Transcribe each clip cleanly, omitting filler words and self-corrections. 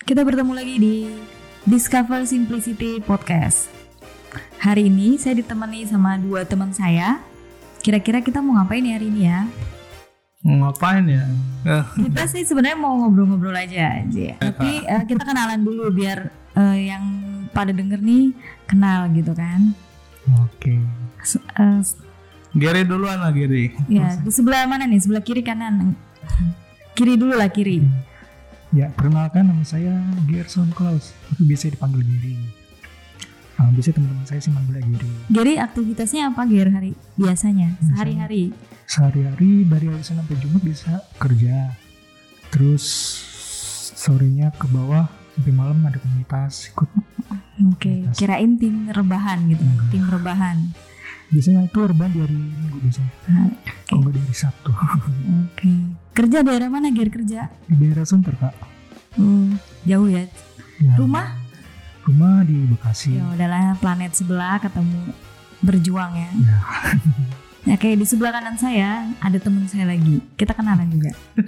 Kita bertemu lagi di Discover Simplicity Podcast. Hari ini saya ditemani sama dua teman saya. Kira-kira kita mau ngapain ya hari ini ya? Mau ngapain ya? Kita sih sebenarnya mau ngobrol-ngobrol aja. Tapi kita kenalan dulu biar yang pada denger nih kenal gitu kan. Oke. Gary duluan lah Gary. Ya, di sebelah mana nih? Sebelah kiri kanan? Kiri dulu lah, kiri. Ya, perkenalkan nama saya Gerson Klaus, tapi biasa dipanggil Gary. Biasanya teman-teman saya sih manggilnya Gary. Gary aktivitasnya apa Ger hari biasanya? Sehari-hari? Sehari-hari dari hari Senin sampai Jumat bisa kerja. Terus sorenya ke bawah sampai malam ada komunitas ikut. Oke, kirain tim rebahan gitu. Tim rebahan. Biasanya itu rebahan di hari Minggu biasanya. Kalau nggak di hari Sabtu. Oke. Kerja daerah mana Ger kerja? Di daerah Sunter Kak. Jauh ya. Rumah di Bekasi. Ya udahlah, planet sebelah ketemu berjuang ya. Ya kayak di sebelah kanan saya ada teman saya lagi. Kita kenalan juga.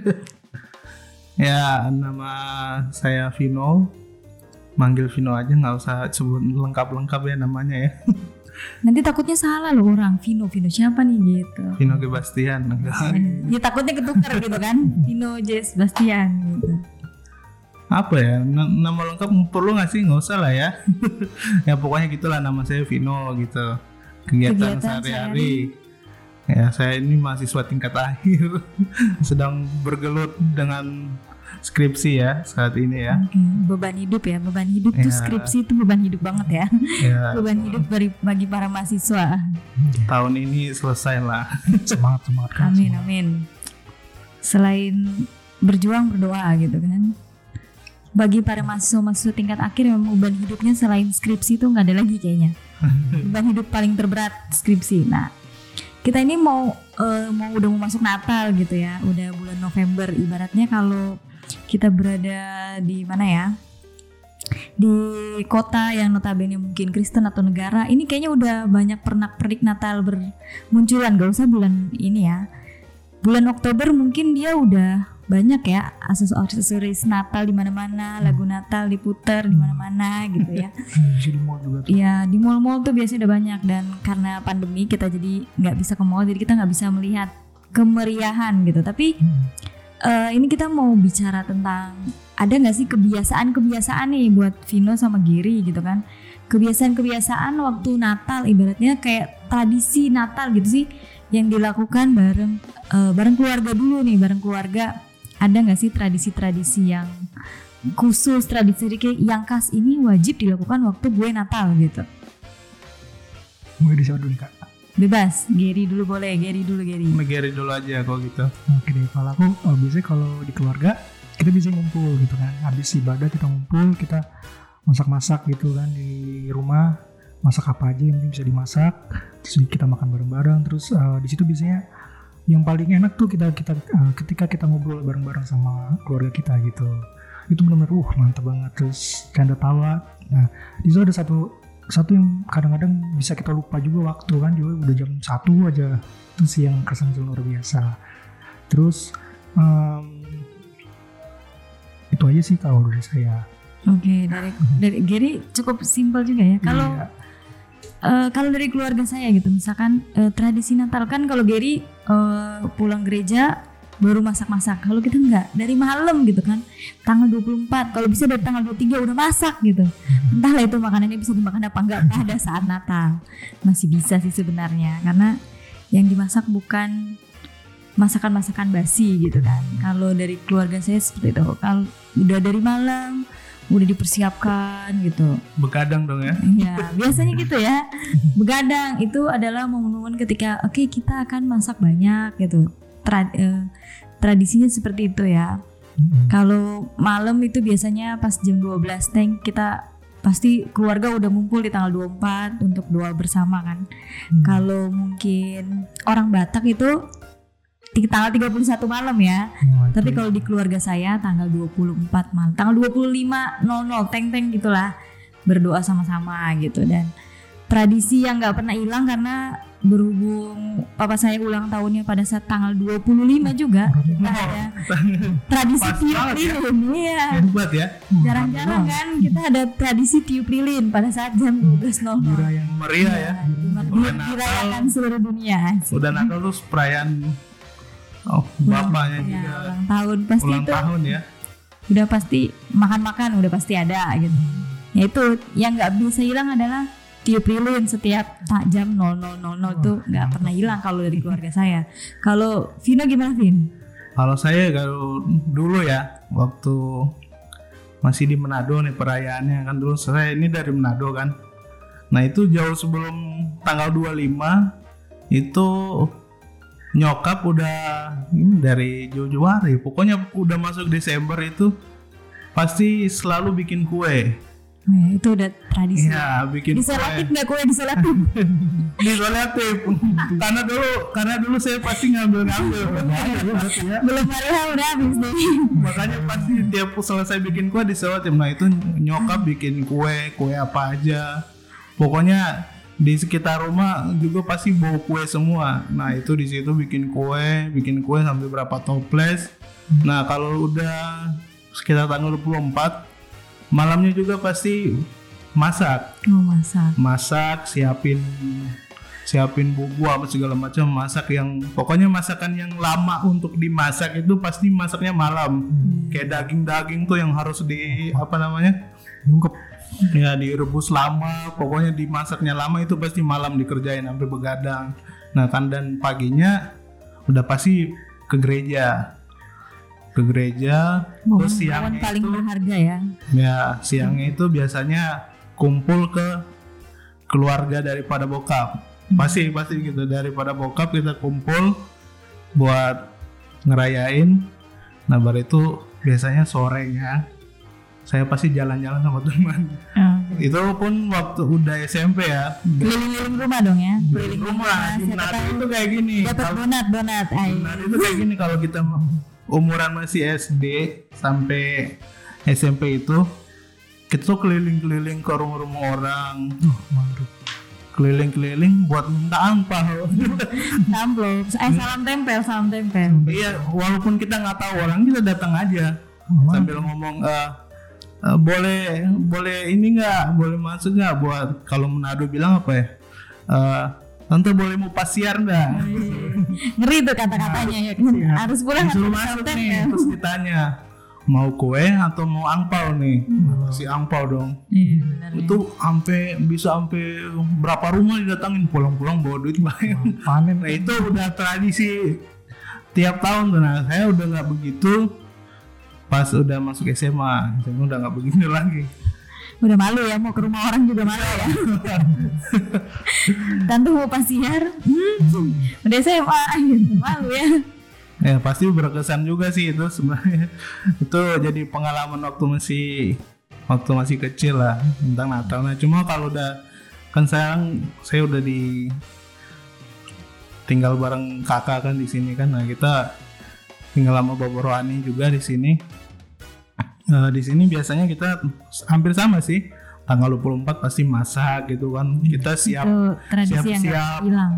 Ya, nama saya Vino. Manggil Vino aja, nggak usah sebut lengkap-lengkap ya namanya ya. Nanti takutnya salah loh orang. Vino siapa nih gitu. Vino Gebastian. Ya takutnya ketukar gitu kan. Vino J. Sebastian gitu. Apa ya, nama lengkap perlu nggak sih? Nggak usah lah ya. Ya pokoknya gitulah, nama saya Vino gitu. Kegiatan sehari-hari. Ya saya ini mahasiswa tingkat akhir. Sedang bergelut dengan skripsi ya saat ini ya. Beban hidup ya, beban hidup tuh skripsi itu beban hidup banget ya. Beban hidup bagi para mahasiswa. Tahun ini selesai lah. Semangat. Amin. Selain berjuang, berdoa gitu kan. Bagi para mahasiswa tingkat akhir memang beban hidupnya selain skripsi itu nggak ada lagi kayaknya. Beban hidup paling terberat skripsi. Nah, kita ini mau udah mau masuk Natal gitu ya. Udah bulan November, ibaratnya kalau kita berada di mana ya, di kota yang notabene mungkin Kristen atau negara, ini kayaknya udah banyak pernak-pernik Natal bermunculan. Gak usah bulan ini ya, bulan Oktober mungkin dia udah banyak ya aksesoris Natal di mana-mana, lagu Natal diputar di mana-mana gitu ya. Di mall juga tuh. Iya, di mall-mall tuh biasanya udah banyak, dan karena pandemi kita jadi nggak bisa ke mall, jadi kita nggak bisa melihat kemeriahan gitu. Tapi ini kita mau bicara tentang ada nggak sih kebiasaan nih buat Vino sama Giri gitu kan, kebiasaan waktu Natal, ibaratnya kayak tradisi Natal gitu sih yang dilakukan bareng keluarga dulu nih, bareng keluarga. Ada nggak sih tradisi-tradisi yang khusus, tradisi kayak yang khas ini wajib dilakukan waktu gue Natal gitu? Mau disiapa dulu Kak? Bebas, Gary dulu boleh. Gary Gary dulu aja kalau gitu. Oke deh, kalau aku biasanya kalau di keluarga kita bisa ngumpul gitu kan. Habis ibadah kita ngumpul, kita masak-masak gitu kan di rumah. Masak apa aja yang bisa dimasak, terus kita makan bareng-bareng. Terus di situ biasanya yang paling enak tuh ketika kita ngobrol bareng-bareng sama keluarga kita gitu. Itu benar-benar mantap banget. Terus canda tawa. Nah, di situ ada satu yang kadang-kadang bisa kita lupa juga waktu kan, juga udah jam 1 aja. Itu sih yang kesan luar biasa. Terus itu aja sih kalau dari saya. Oke, dari Gary cukup simpel juga ya. Kalau dari keluarga saya gitu, misalkan tradisi Natal kan kalau Gary pulang gereja baru masak-masak. Kalau kita enggak, dari malam gitu kan, tanggal 24, kalau bisa dari tanggal 23 udah masak gitu. Entahlah itu makanannya bisa dimakan apa enggak pada saat Natal. Masih bisa sih sebenarnya, karena yang dimasak bukan masakan-masakan basi gitu kan. Kalau dari keluarga saya seperti itu, kalau udah dari malam udah dipersiapkan gitu. Begadang dong ya? Iya, biasanya gitu ya. Begadang itu adalah momen-momen ketika kita akan masak banyak gitu. Tradisinya seperti itu ya. Kalau malam itu biasanya pas jam 12 kita pasti keluarga udah ngumpul di tanggal 24 untuk doa bersama kan. Kalau mungkin orang Batak itu di tanggal 31 malam ya. Tapi kalau di keluarga saya tanggal 24 malam, tanggal 25.00 teng-teng gitulah, berdoa sama-sama gitu. Dan tradisi yang gak pernah hilang karena berhubung papa saya ulang tahunnya pada saat tanggal 25 juga, kita ada tradisi Pas tiup banget ya. lilin. Iya. Hebat ya. Jarang-jarang kan kita ada tradisi tiup lilin pada saat jam 12.00. Kira yang Meriah ya. Udah Dirayakan seluruh dunia. Udah Natal terus perayaan bapaknya Ya, juga ulang tahun pasti ulang itu tahun ya. udah pasti makan-makan udah pasti ada gitu. Ya itu yang nggak bisa hilang adalah tiup lilin setiap jam 00.00 itu nggak pernah hilang kalau dari keluarga saya. Kalau Vino gimana Vin? Kalau saya kalau dulu ya waktu masih di Manado nih perayaannya kan, dulu saya ini dari Manado kan. Nah itu jauh sebelum tanggal 25 itu nyokap udah ini dari jauh-jauh hari, pokoknya udah masuk Desember itu pasti selalu bikin kue. Oh ya, itu udah tradisi. Iya, bikin Disolatif kue. nggak kue disolatif? Disolatif. karena dulu saya pasti ngambil. Belum hari udah habis deh. Makanya pasti tiap selesai bikin kue disolatif. Nah itu nyokap bikin kue apa aja. Pokoknya di sekitar rumah juga pasti bawa kue semua. Nah itu di situ bikin kue sampai berapa toples. Nah kalau udah sekitar tanggal 24 malamnya juga pasti masak. Oh Masak, siapin bumbu apa segala macam, masak yang pokoknya masakan yang lama untuk dimasak itu pasti masaknya malam. Kayak daging tuh yang harus Ungkep. ya direbus lama, pokoknya dimasaknya lama itu pasti malam dikerjain sampai begadang. Nah kan dan paginya udah pasti ke gereja. Terus siangnya paling itu berharga ya. ya siangnya itu biasanya kumpul ke keluarga daripada bokap. Pasti gitu, daripada bokap kita kumpul buat ngerayain. Nah baru itu biasanya sorenya saya pasti jalan-jalan sama teman. Itu pun waktu udah SMP ya. Keliling-keliling rumah dong ya. Keliling rumah. Donat itu kayak gini. Dapat donat. Donat itu kayak gini kalau kita umuran masih SD sampai SMP itu kita tuh keliling-keliling ke rumah-rumah orang. Mantap. Keliling-keliling buat minta angpau. Amplop. Salam tempel. Iya, walaupun kita nggak tahu orang, kita datang aja sambil ngomong boleh ini nggak, boleh masuk nggak, buat kalau Manado bilang apa ya, tante boleh mau pasiar nggak? Ngeri tuh kata-katanya ya kan. Harus pulang Disuruh harus masuk salam nih, tempel. terus ditanya mau kue atau mau angpau nih, si angpau dong. Iya, benar ya. Itu bisa sampai berapa rumah didatangin, pulang-pulang bawa duit banyak. Panen. Nah itu udah tradisi tiap tahun tuh. Nah saya udah nggak begitu pas udah masuk SMA udah nggak begini lagi. Udah malu ya, mau ke rumah orang juga malu ya. Tante mau pasiar, udah SMA gitu, malu ya. Ya pasti berkesan juga sih itu sebenarnya. Itu jadi pengalaman waktu masih kecil lah tentang Natal. Nah cuma kalau udah kan sekarang saya udah tinggal bareng kakak kan di sini kan. Nah kita tinggal sama Bapak Rohani juga di sini. Di sini biasanya kita hampir sama sih. Tanggal 24 pasti masak gitu kan. Kita Itu tradisi yang nggak hilang.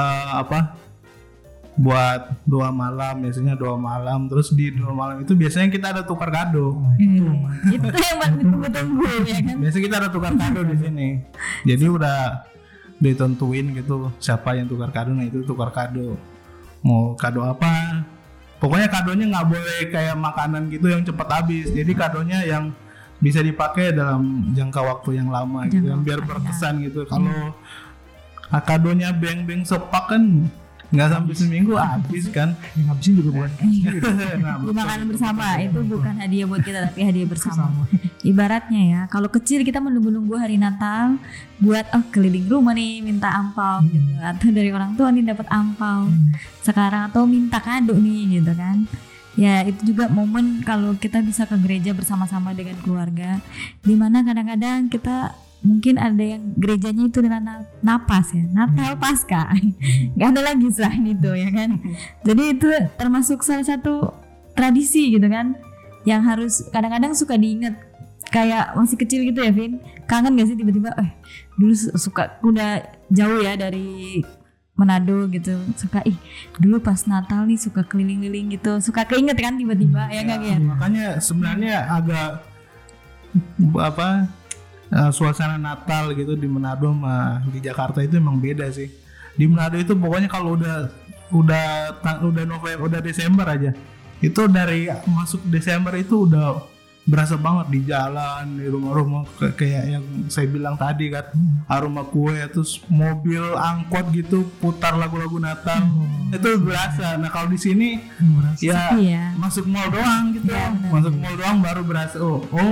Buat doa malam, biasanya doa malam. Terus di doa malam itu biasanya kita ada tukar kado. Itu yang paling ditunggu-tunggu ya kan. Biasanya kita ada tukar kado di sini. Jadi udah ditentuin gitu siapa yang tukar kado. Nah itu tukar kado. Mau kado apa? Pokoknya kadonya nggak boleh kayak makanan gitu yang cepat habis. Jadi kadonya yang bisa dipakai dalam jangka waktu yang lama gitu, yang biar berkesan gitu. Kalau kadonya beng-beng sepak kan nggak sampai seminggu habis kan. Yang ngabisin juga bukan. Nah, Makanan bersama itu bukan hadiah buat kita tapi hadiah bersama. Ibaratnya ya, kalau kecil kita menunggu-nunggu hari Natal buat keliling rumah nih minta ampau gitu, atau dari orang tua nih dapat ampau. Sekarang atau minta kado nih gitu kan. Ya itu juga momen kalau kita bisa ke gereja bersama-sama dengan keluarga, dimana kadang-kadang kita mungkin ada yang gerejanya itu dengan napas ya, Natal Pasca, nggak ada lagi selain itu ya kan. Jadi itu termasuk salah satu tradisi gitu kan, yang harus kadang-kadang suka diingat. Kayak masih kecil gitu ya Vin, kangen gak sih tiba-tiba dulu suka udah jauh ya dari Manado gitu, suka dulu pas Natal nih suka keliling-keliling gitu, suka keinget kan tiba-tiba ya nggak ya? Makanya sebenarnya agak suasana Natal gitu di Manado sama di Jakarta itu emang beda sih. Di Manado itu pokoknya kalau udah November, udah Desember aja, itu dari masuk Desember itu udah berasa banget di jalan, di rumah-rumah kayak yang saya bilang tadi kan, aroma kue, terus mobil angkot gitu putar lagu-lagu Natal, itu berasa. Nah kalau di sini ya masuk mall doang gitu, masuk mall doang baru berasa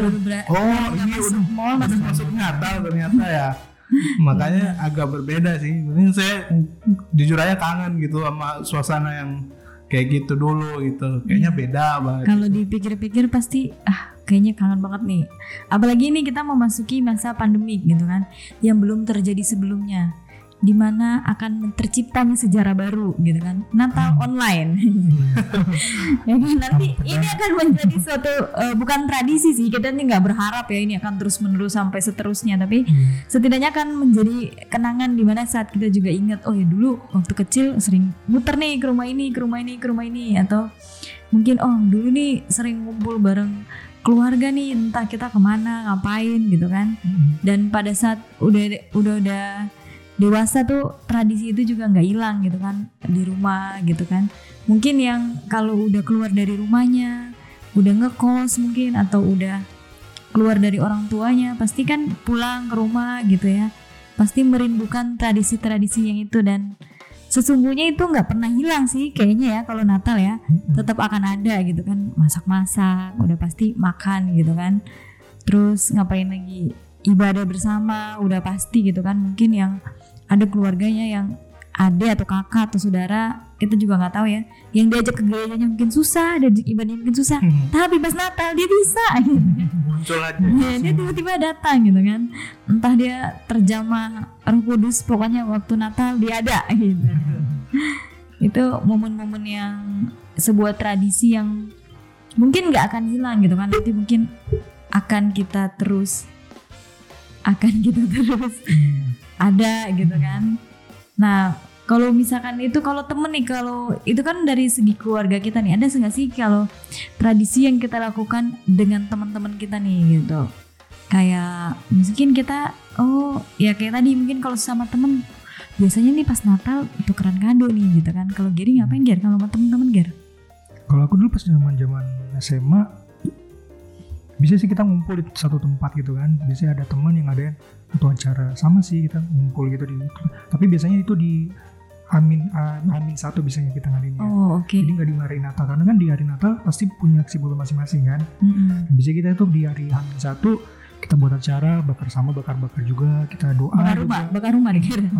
ini udah masuk Natal ternyata ya. Makanya agak berbeda sih. Ini saya jujur aja kangen gitu sama suasana yang kayak gitu dulu gitu. Kayaknya beda banget. Kalau dipikir-pikir pasti kayaknya kangen banget nih. Apalagi ini kita memasuki masa pandemik gitu kan, yang belum terjadi sebelumnya, di mana akan terciptanya sejarah baru gitu kan, Natal online. Ya kan, nanti ini akan menjadi suatu bukan tradisi sih, kita nih nggak berharap ya ini akan terus menerus sampai seterusnya, tapi setidaknya akan menjadi kenangan di mana saat kita juga ingat, oh ya dulu waktu kecil sering muter nih ke rumah ini, atau mungkin dulu nih sering ngumpul bareng keluarga nih, entah kita kemana ngapain gitu kan. Dan pada saat udah dewasa tuh tradisi itu juga nggak hilang gitu kan di rumah gitu kan. Mungkin yang kalau udah keluar dari rumahnya, udah ngekos mungkin, atau udah keluar dari orang tuanya, pasti kan pulang ke rumah gitu ya, pasti merindukan tradisi-tradisi yang itu. Dan sesungguhnya itu nggak pernah hilang sih kayaknya ya. Kalau Natal ya tetap akan ada gitu kan, masak-masak, udah pasti makan gitu kan. Terus ngapain lagi, ibadah bersama udah pasti gitu kan. Mungkin yang ada keluarganya yang adik atau kakak atau saudara, kita juga nggak tahu ya, yang diajak ke gerejanya mungkin susah, diajak ibadahnya mungkin susah, tapi pas Natal dia bisa gitu. Muncul aja ya, dia tiba-tiba datang gitu kan, entah dia terjamah Roh Kudus, pokoknya waktu Natal dia ada gitu. Itu momen-momen yang sebuah tradisi yang mungkin nggak akan hilang gitu kan, nanti mungkin akan kita terus ada gitu kan. Nah kalau misalkan itu, kalau temen nih, kalau itu kan dari segi keluarga kita nih, ada nggak sih kalau tradisi yang kita lakukan dengan teman-teman kita nih gitu, kayak mungkin kita ya kayak tadi mungkin kalau sama temen biasanya nih pas Natal tukeran kado nih gitu kan. Kalau Gary ngapain Ger kalau sama temen-temen Ger? Kalau aku dulu pas zaman SMA bisa sih kita ngumpul di satu tempat gitu kan. Biasanya ada teman yang ngadain atau acara sama sih, kita ngumpul gitu di itu. Tapi biasanya itu di Amin 1 biasanya kita ngadainnya. Okay. Jadi nggak di hari Natal, karena kan di hari Natal pasti punya kesibukan masing-masing kan. Biasanya kita itu di hari Amin 1 kita buat acara bakar juga, kita doa. Bakar rumah deh Ger.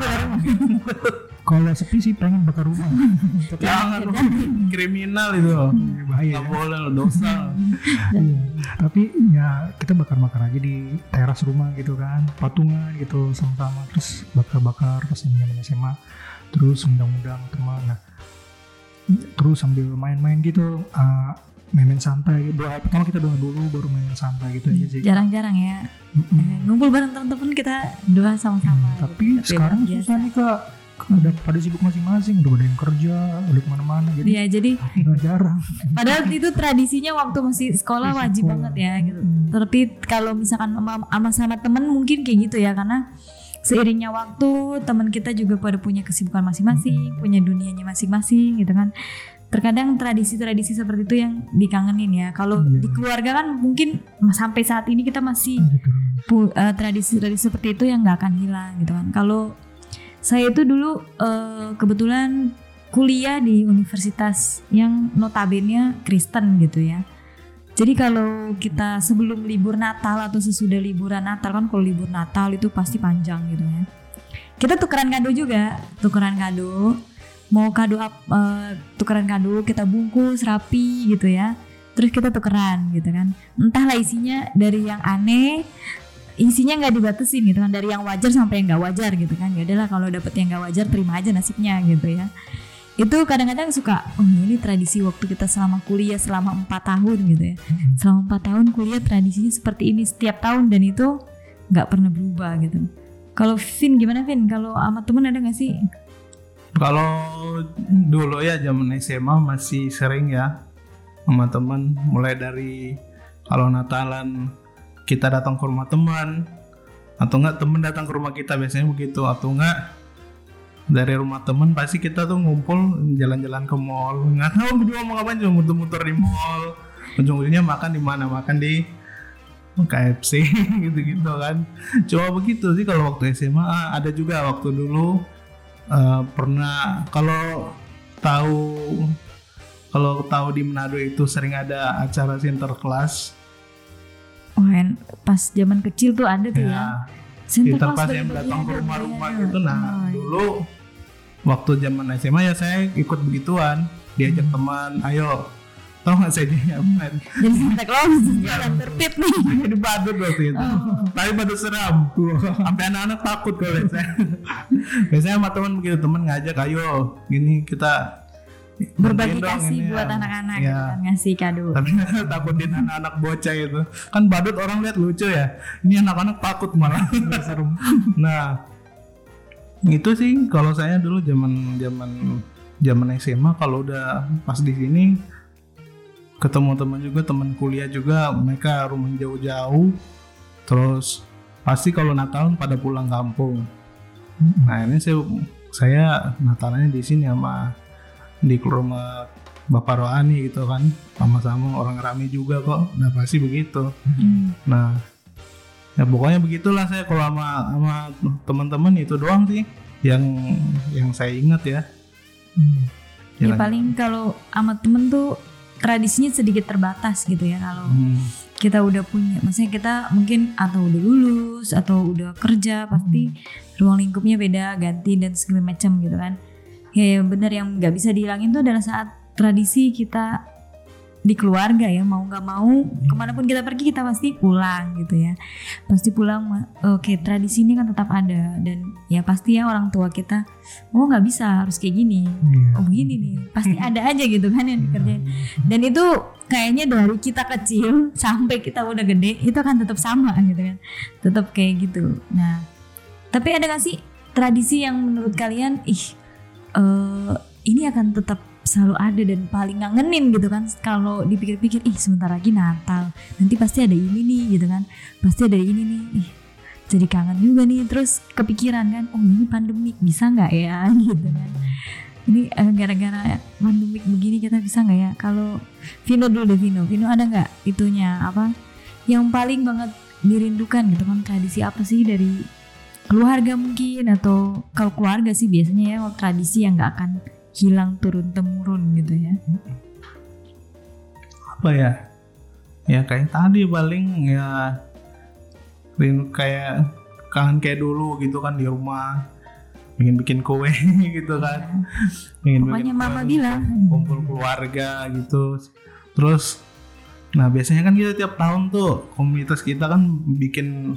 Kalau sepi sih pengen bakar rumah. Jangan, kriminal itu. Bahaya. Nggak boleh lo, dosa. Tapi ya kita bakar aja di teras rumah gitu kan, patungan gitu sama-sama, terus bakar pas zaman SMA, terus undang-undang teman. Nah, terus sambil main-main gitu, main santai. Pertama kita doa dulu baru main santai gitu aja sih. Jarang-jarang ya. Ngumpul bareng teman-teman kita doa sama-sama. Tapi sekarang susah nih Kak. Udah pada sibuk masing-masing, udah ada yang kerja, udah kemana-mana, jadi jarang. Padahal itu tradisinya waktu masih sekolah wajib banget ya gitu. Tapi kalau misalkan sama temen mungkin kayak gitu ya, karena seiringnya waktu teman kita juga pada punya kesibukan masing-masing, punya dunianya masing-masing gitu kan. Terkadang tradisi-tradisi seperti itu yang dikangenin ya. Kalau di keluarga kan mungkin sampai saat ini kita masih tradisi-tradisi seperti itu yang nggak akan hilang gitu kan. Kalau saya itu dulu kebetulan kuliah di universitas yang notabene Kristen gitu ya. Jadi kalau kita sebelum libur Natal atau sesudah liburan Natal kan, kalau libur Natal itu pasti panjang gitu ya. Kita tukeran kado juga, mau kado tukeran kado, kita bungkus rapi gitu ya. Terus kita tukeran gitu kan. Entahlah isinya dari yang aneh, isinya nggak dibatasin gitu kan, dari yang wajar sampai yang nggak wajar gitu kan. Ya udahlah kalau dapet yang nggak wajar terima aja nasibnya gitu ya. Itu kadang-kadang suka ini tradisi waktu kita selama kuliah selama 4 tahun gitu ya. Selama 4 tahun kuliah tradisinya seperti ini setiap tahun, dan itu nggak pernah berubah gitu. Kalau Vin gimana Vin? Kalau sama temen ada nggak sih? Kalau dulu ya zaman SMA masih sering ya sama teman, mulai dari kalau Natalan kita datang ke rumah teman, atau enggak teman datang ke rumah kita, biasanya begitu, atau enggak dari rumah teman pasti kita tuh ngumpul jalan-jalan ke mall, nggak tahu juga mau ngapain, cuma muter-muter di mall, ujung-ujungnya makan di mana, makan di KFC gitu-gitu kan. Cuma begitu sih kalau waktu SMA. Ada juga waktu dulu pernah, kalau tahu di Manado itu sering ada acara sinterklas. Pas zaman kecil tuh ada tuh ya. Sinterklas yang datang ke rumah-rumah gitu. Nah, dulu waktu zaman SMA ya saya ikut begituan, diajak teman, ayo. Tahu nggak saya jadi apa? Jadi Santa Claus jalan tertib nih. Jadi badut waktu itu. Tapi badut seram. Sampai anak-anak takut kalau saya. Biasanya sama teman begitu, teman ngajak, ayo gini kita berbagi kasih buat anak-anak ya. Kan, ngasih kado. Tapi takutin anak-anak bocah itu. Kan badut orang lihat lucu ya. Ini anak-anak takut malah. Serem. Nah, itu sih kalau saya dulu zaman SMA. Kalau udah pas di sini ketemu teman juga, teman kuliah juga, mereka rumah jauh-jauh. Terus pasti kalau Natal pada pulang kampung. Nah, ini saya Natalnya di sini sama di rumah Bapak Rohani gitu kan, sama-sama orang rame juga kok, udah pasti begitu. Nah, ya pokoknya begitulah saya kalau sama teman-teman, itu doang sih yang saya ingat ya. Ya paling kalau sama temen tuh tradisinya sedikit terbatas gitu ya. Kalau kita udah punya, maksudnya kita mungkin atau udah lulus atau udah kerja, pasti ruang lingkupnya beda, ganti dan segala macam gitu kan. Ya benar, yang nggak bisa dihilangin itu adalah saat tradisi kita di keluarga ya, mau nggak mau kemanapun kita pergi kita pasti pulang gitu ya, pasti pulang. Oke, tradisi ini kan tetap ada, dan ya pasti ya orang tua kita nggak bisa harus kayak gini, begini nih, pasti ada aja gitu kan yang dikerjain. Dan itu kayaknya dari kita kecil sampai kita udah gede itu kan tetap sama gitu kan, tetap kayak gitu. Nah, tapi ada nggak sih tradisi yang menurut kalian ini akan tetap selalu ada dan paling ngangenin gitu kan, kalau dipikir-pikir sebentar lagi Natal, nanti pasti ada ini nih gitu kan, pasti ada ini nih, jadi kangen juga nih. Terus kepikiran kan, ini pandemik bisa nggak ya gitu kan, ini gara-gara pandemik begini kita bisa nggak ya. Kalau Vino dulu deh, Vino ada nggak itunya apa yang paling banget dirindukan gitu kan, tradisi apa sih dari keluarga mungkin, atau kalau keluarga sih biasanya ya tradisi yang nggak akan hilang turun temurun gitu ya. Apa ya? Ya kayak tadi paling ya kayak kangen kayak dulu gitu kan, di rumah bikin kue gitu kan. Pokoknya mama bilang kumpul keluarga gitu. Terus nah biasanya kan kita tiap tahun tuh komunitas kita kan bikin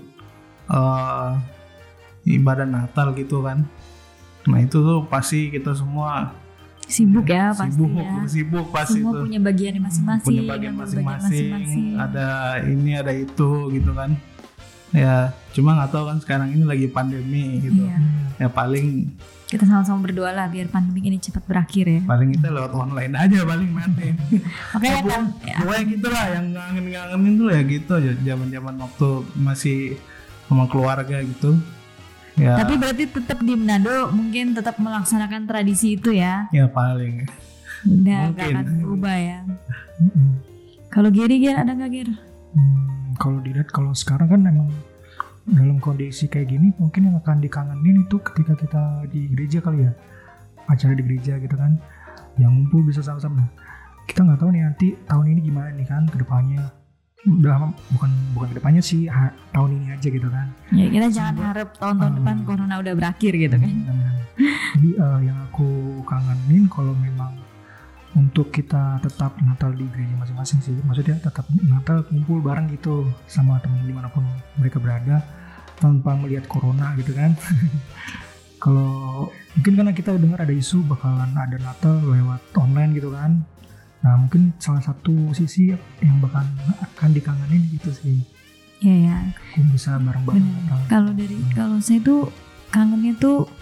ibadah Natal gitu kan. Nah itu tuh pasti kita semua sibuk ya, pasti sibuk pasti. Semua itu punya bagian masing-masing, punya bagian masing-masing, ada ini ada itu gitu kan ya. Cuma nggak tahu kan sekarang ini lagi pandemi gitu. Ya paling kita sama-sama berdoa lah biar pandemi ini cepat berakhir ya. Paling kita lewat online aja paling nanti. Oke kan pokoknya gitulah, yang ngangenin tuh ya gitu aja, zaman-zaman waktu masih sama keluarga gitu. Ya. Tapi berarti tetap di Manado mungkin tetap melaksanakan tradisi itu ya? Ya paling. Udah gak akan berubah ya. Kalau Giri ada nggak Gir? Kalau dilihat kalau sekarang kan emang dalam kondisi kayak gini, mungkin yang akan dikangenin itu ketika kita di gereja kali ya, acara di gereja gitu kan, yang ngumpul bisa sama-sama. Kita nggak tahu nih nanti tahun ini gimana nih kan kedepannya. Udah bukan kedepannya sih, tahun ini aja gitu kan. Ya kita jangan harap tahun-tahun depan corona udah berakhir gitu kan. Jadi yang aku kangenin kalau memang untuk kita tetap Natal di gereja masing-masing sih, maksudnya tetap Natal kumpul bareng gitu sama teman dimanapun mereka berada tanpa melihat corona gitu kan. Kalau mungkin karena kita dengar ada isu bakalan ada Natal lewat online gitu kan. Nah mungkin salah satu sisi yang akan dikangenin gitu sih. Iya ya. Bisa bareng-bareng. Kalau saya tuh kangennya tuh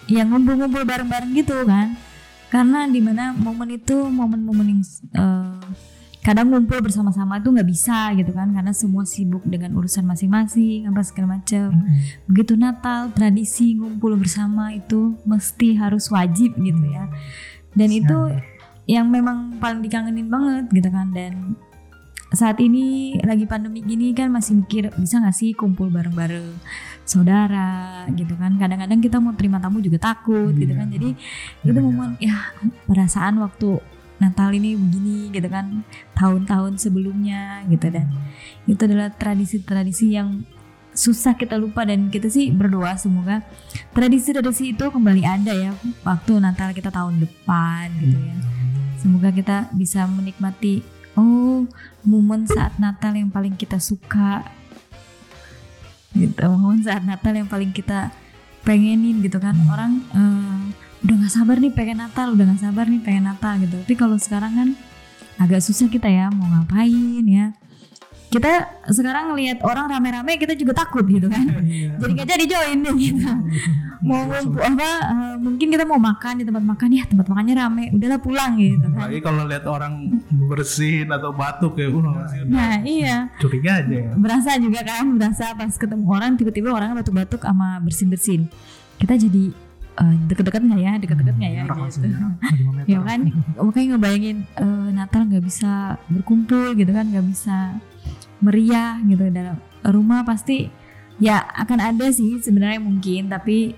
yang ngumpul-ngumpul bareng-bareng gitu kan. Karena dimana momen itu momen-momen yang kadang ngumpul bersama-sama itu nggak bisa gitu kan, karena semua sibuk dengan urusan masing-masing apa segala macam. Begitu Natal, tradisi ngumpul bersama itu mesti harus wajib gitu ya. Dan itu yang memang paling dikangenin banget gitu kan. Dan saat ini lagi pandemi gini kan masih mikir bisa nggak sih kumpul bareng-bareng saudara gitu kan. Kadang-kadang kita mau terima tamu juga takut gitu kan. Jadi itu momen ya perasaan waktu Natal ini begini gitu kan, tahun-tahun sebelumnya gitu. Dan itu adalah tradisi-tradisi yang susah kita lupa, dan kita sih berdoa semoga tradisi-tradisi itu kembali ada ya waktu Natal kita tahun depan gitu ya. Semoga kita bisa menikmati momen saat Natal yang paling kita suka gitu, momen saat Natal yang paling kita pengenin gitu kan. Orang udah gak sabar nih pengen Natal, gitu. Tapi kalau sekarang kan agak susah kita ya mau ngapain ya. Kita sekarang ngelihat orang rame-rame kita juga takut gitu kan. Jadi gak jadi join gitu. Mau ngumpul mungkin kita mau makan di tempat makan, ya tempat makannya rame, udahlah pulang gitu kan. Lagi kalau lihat orang bersin atau batuk kayak nah iya, curiga aja ya. Berasa juga kan, berasa pas ketemu orang tiba-tiba orangnya batuk-batuk sama bersin-bersin. Kita jadi deket-deket nggak ya gitu ya kan. Makanya ngebayangin Natal nggak bisa berkumpul gitu kan, nggak bisa meriah gitu dalam rumah. Pasti ya akan ada sih sebenarnya mungkin, tapi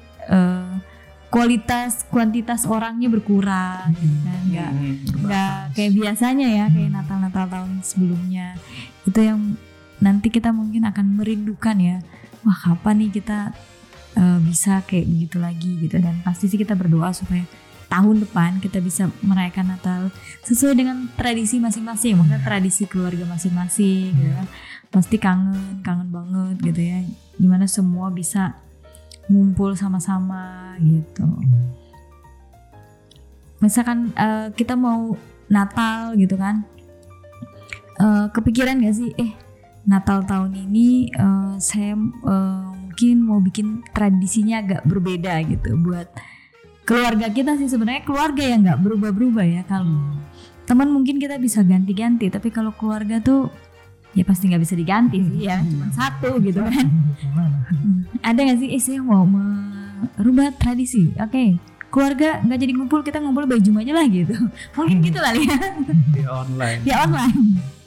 kuantitas orangnya berkurang gitu kan, nggak kayak biasanya ya, kayak Natal tahun sebelumnya. Itu yang nanti kita mungkin akan merindukan ya, wah kapan nih kita bisa kayak begitu lagi gitu. Dan pasti sih kita berdoa supaya tahun depan kita bisa merayakan Natal sesuai dengan tradisi masing-masing, maksudnya tradisi keluarga masing-masing gitu kan. Pasti kangen banget gitu ya, gimana semua bisa ngumpul sama-sama gitu. Misalkan kita mau Natal gitu kan, kepikiran gak sih Natal tahun ini saya mungkin mau bikin tradisinya agak berbeda gitu buat keluarga kita sih. Sebenarnya keluarga yang nggak berubah-berubah ya. Kalau teman mungkin kita bisa ganti-ganti, tapi kalau keluarga tuh ya pasti nggak bisa diganti sih ya, cuma satu gitu kan. Ada nggak sih saya mau merubah tradisi? Oke, keluarga nggak jadi ngumpul, kita ngumpul by Zoom aja lah gitu. Mungkin gitu lah ya. Di online.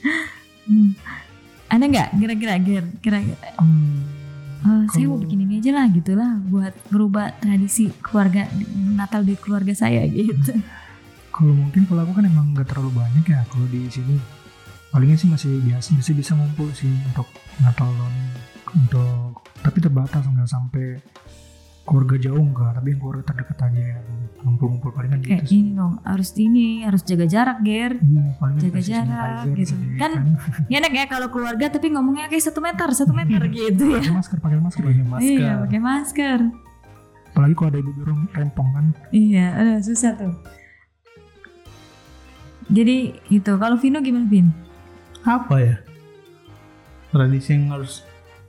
Ada nggak kira-kira? Saya mau bikin ini aja lah gitu lah, buat merubah tradisi keluarga Natal di keluarga saya gitu. Kalau aku kan emang nggak terlalu banyak ya kalau di sini. Palingnya sih masih bisa ngumpul sih untuk Natal untuk, tapi terbatas, nggak sampai keluarga jauh enggak, tapi yang keluarga terdekat aja yang ngumpul-ngumpul palingan gitu. Kayak ini dong, harus jaga jarak, Ger. Jaga jarak gitu. Kan enak ya kalau keluarga tapi ngomongnya kayak 1 meter gitu ya. Pakai masker. Iya, pakai masker. Apalagi kalau ada ibu rempong kan. Iya, susah tuh. Jadi itu, kalau Vino gimana, Vin? Apa ya? Tradisi yang harus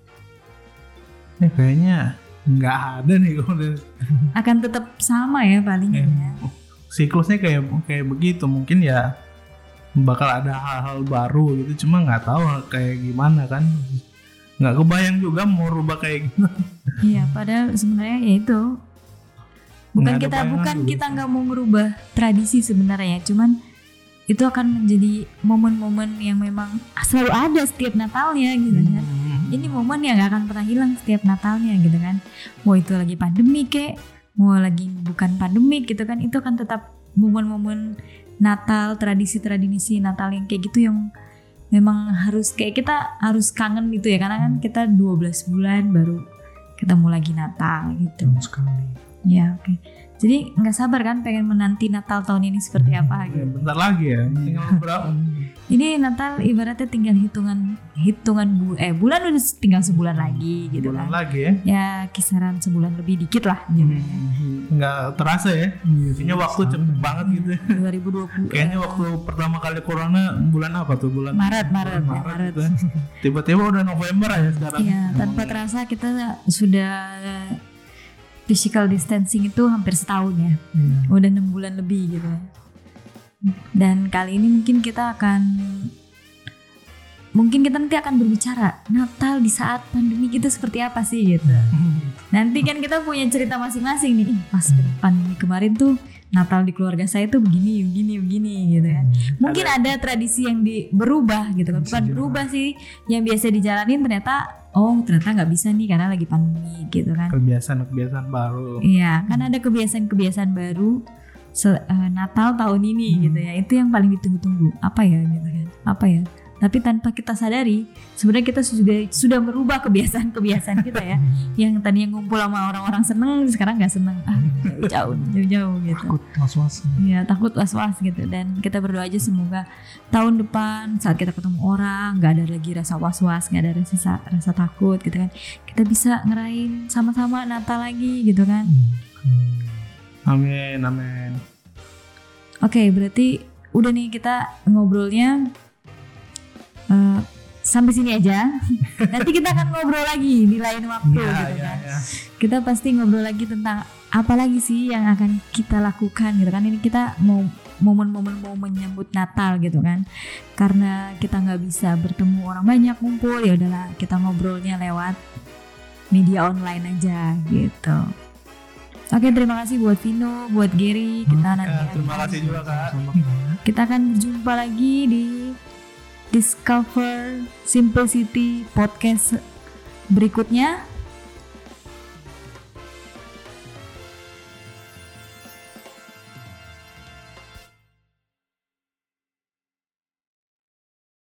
kayaknya nggak ada nih kalau akan tetap sama ya paling ya. Siklusnya kayak begitu, mungkin ya bakal ada hal-hal baru gitu, cuma nggak tahu kayak gimana kan, nggak kebayang juga mau rubah kayak gimana. Iya, padahal sebenarnya ya itu bukan kita nggak mau merubah tradisi sebenarnya, cuman itu akan menjadi momen-momen yang memang selalu ada setiap Natalnya gitu kan. Ini momen yang gak akan pernah hilang setiap Natalnya gitu kan. Mau itu lagi pandemi kek, mau lagi bukan pandemi gitu kan, itu akan tetap momen-momen Natal, tradisi-tradisi Natal yang kayak gitu yang memang harus kayak kita harus kangen gitu ya, karena kan kita 12 bulan baru ketemu lagi Natal gitu. Sekali. Ya, oke. Jadi nggak sabar kan pengen menanti Natal tahun ini seperti apa gitu. Bentar lagi ya, tinggal berapa? Ini Natal ibaratnya tinggal hitungan bulan udah tinggal sebulan lagi gitu bulan kan. Lagi ya? Ya kisaran sebulan lebih dikit lah gitu. Nggak terasa ya? Kayaknya waktu cepet banget gitu. 2020. Kayaknya waktu pertama kali corona bulan apa tuh? Bulan Maret. Gitu. Tiba-tiba udah November aja sekarang. Iya, tanpa terasa kita sudah physical distancing itu hampir setahun ya. Udah 6 bulan lebih gitu ya. Dan kali ini mungkin kita nanti akan berbicara Natal di saat pandemi itu seperti apa sih gitu. Nanti kan kita punya cerita masing-masing nih. Pas pandemi kemarin tuh Natal di keluarga saya tuh begini gitu kan. Mungkin ada tradisi yang berubah gitu kan. Bukan berubah sih, yang biasa dijalanin ternyata nggak bisa nih karena lagi pandemi gitu kan. Kebiasaan baru. Iya, kan ada kebiasaan baru Natal tahun ini gitu ya. Itu yang paling ditunggu-tunggu. Apa ya gitu kan? Apa ya? Tapi tanpa kita sadari, sebenarnya kita sudah merubah kebiasaan kita ya. Yang tadinya ngumpul sama orang-orang seneng, sekarang nggak seneng. Jauh gitu. Takut was-was. Iya, takut was-was gitu. Dan kita berdoa aja semoga tahun depan saat kita ketemu orang, nggak ada lagi rasa was-was, nggak ada rasa takut gitu kan. Kita bisa ngerayain sama-sama Natal lagi gitu kan. Amin. Oke, berarti udah nih kita ngobrolnya sampai sini aja. Nanti kita akan ngobrol lagi di lain waktu gitu kan. Kita pasti ngobrol lagi tentang apa lagi sih yang akan kita lakukan gitu kan. Ini kita mau momen-momen mau menyambut Natal gitu kan. Karena kita nggak bisa bertemu orang banyak ngumpul, ya udahlah kita ngobrolnya lewat media online aja gitu. Oke, terima kasih buat Vino, buat Gary. Kita nanti terima kasih juga Kak. Kita akan berjumpa lagi di Discover Simplicity podcast berikutnya.